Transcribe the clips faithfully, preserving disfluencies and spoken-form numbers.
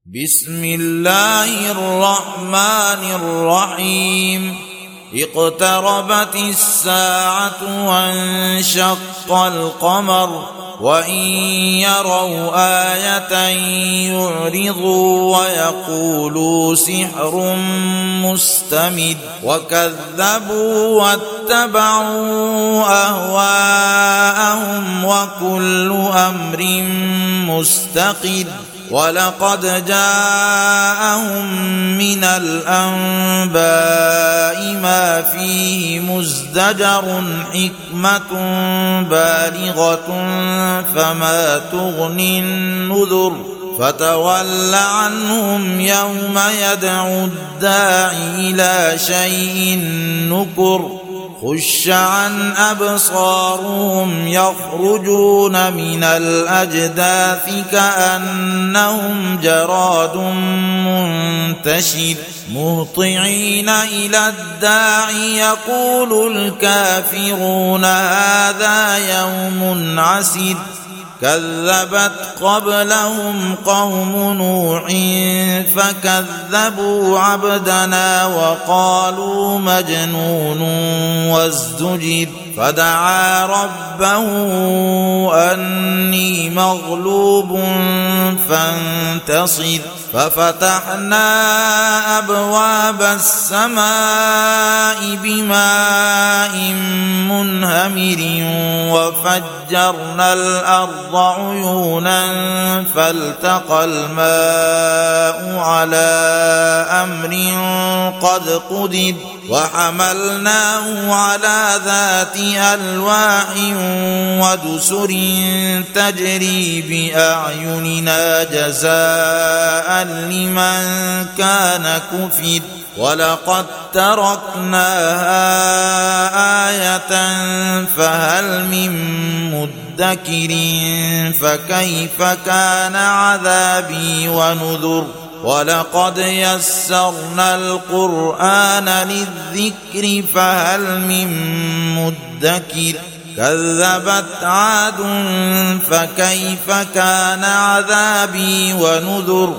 بسم الله الرحمن الرحيم اقتربت الساعة وانشق القمر وإن يروا آية يعرضوا ويقولوا سحر مستمر وكذبوا واتبعوا أهواءهم وكل أمر مستقر ولقد جاءهم من الأنباء ما فيه مزدجر حكمة بالغة فما تغني النذر فتول عنهم يوم يدعو الداعي إلى شيء نكر خش عن أبصارهم يخرجون من الأجداث كأنهم جراد منتشر مهطعين إلى الداعي يقول الكافرون هذا يوم عسر كذبت قبلهم قوم نوح فكذبوا عبدنا وقالوا مجنون وازدجر فدعا ربه أني مغلوب فانتصر ففتحنا أبواب السماء بماء منهمر وفجرنا الأرض عيونا فالتقى الماء على أمر قد قدر وحملناه على ذات ألواح ودسر تجري بأعيننا جزاء لمن كان كفر ولقد تركناها آية فهل من مدكر فكيف كان عذابي ونذر ولقد يسرنا القرآن للذكر فهل من مدكر كذبت عاد فكيف كان عذابي ونذر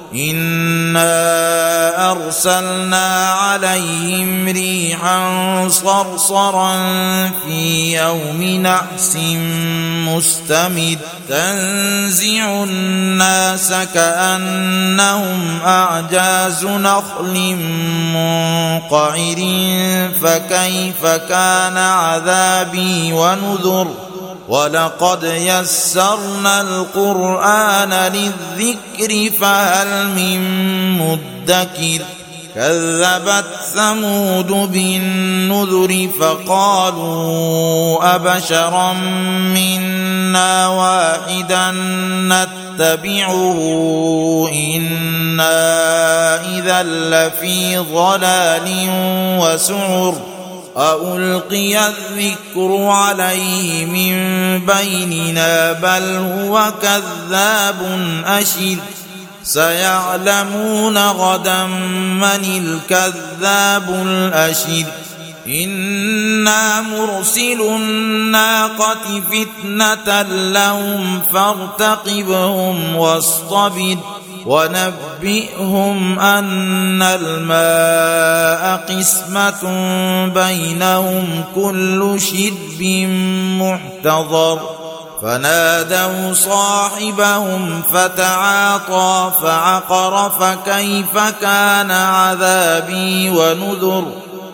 إنا أرسلنا عليهم ريحا صرصرا في يوم نحس مستمر تنزع الناس كأنهم أعجاز نخل منقعر فكيف كان عذابي ونذر ولقد يسرنا القرآن للذكر فهل من مدكر كذبت ثمود بالنذر فقالوا أبشرا منا واحدا نتبعه إنا إذا لفي ضلال وسعر ألقي الذكر عليه من بيننا بل هو كذاب أشر سيعلمون غدا من الكذاب الأشر إنا مرسل الناقة فتنة لهم فارتقبهم واصطبر ونبئهم أن الماء قسمة بينهم كل شرب محتضر فنادوا صاحبهم فتعاطى فعقر فكيف كان عذابي ونذر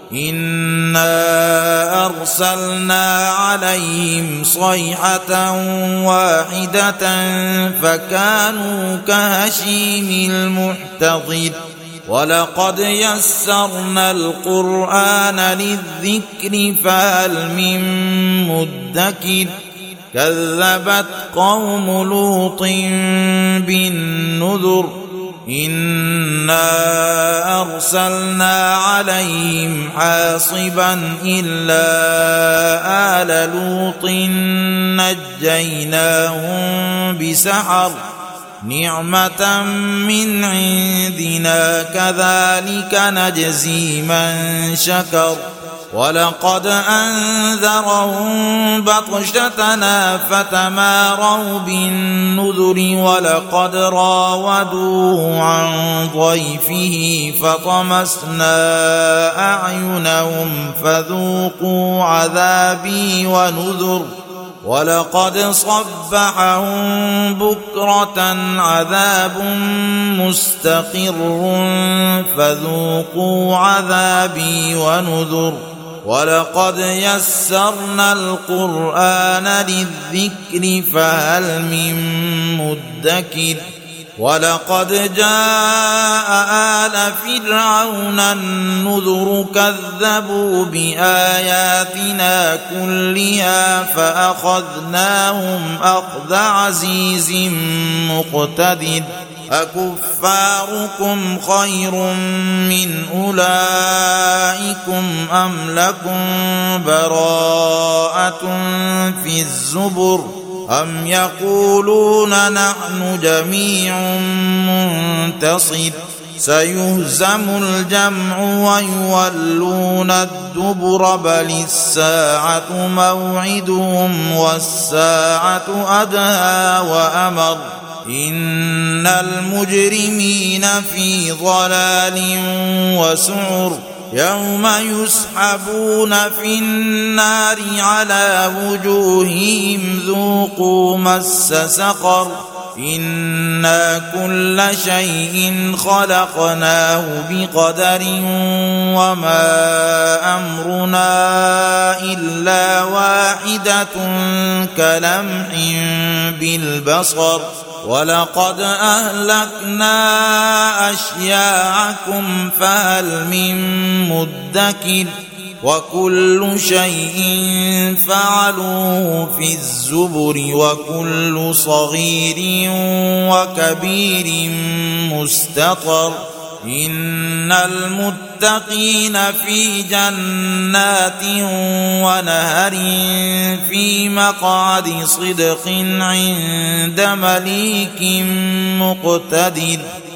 إنا أرسلنا عليهم صيحة واحدة فكانوا كهشيم المحتضر ولقد يسرنا القرآن للذكر فهل من مدكر كذبت قوم لوط بالنذر إنا أرسلنا عليهم حاصبا إلا آل لوط نجيناهم بسحر نعمة من عندنا كذلك نجزي من شكر ولقد أنذرهم بطشتنا فتماروا بالنذر ولقد راودوه عن ضيفه فطمسنا أعينهم فذوقوا عذابي ونذر ولقد صبحهم بكرة عذاب مستقر فذوقوا عذابي ونذر ولقد يسرنا القرآن للذكر فهل من مدكر ولقد جاء آل فرعون النذر كذبوا بآياتنا كلها فأخذناهم أخذ عزيز مقتدر أكفاركم خير من أولئكم أم لكم براءة في الزبر أم يقولون نحن جميع منتصر سيهزم الجمع ويولون الدبر بل الساعة موعدهم والساعة أدهى وأمر إن المجرمين في ضلال وسعر يوم يسحبون في النار على وجوههم ذوقوا مس سقر إنا كل شيء خلقناه بقدر وما أمرنا إلا واحدة كلمح بالبصر ولقد أهلكنا أشياعكم فهل من مدكر وكل شيء فعلوه في الزبر وكل صغير وكبير مستطر إن المتقين في جنات ونهر في مقعد صدق عند مليك مقتدر.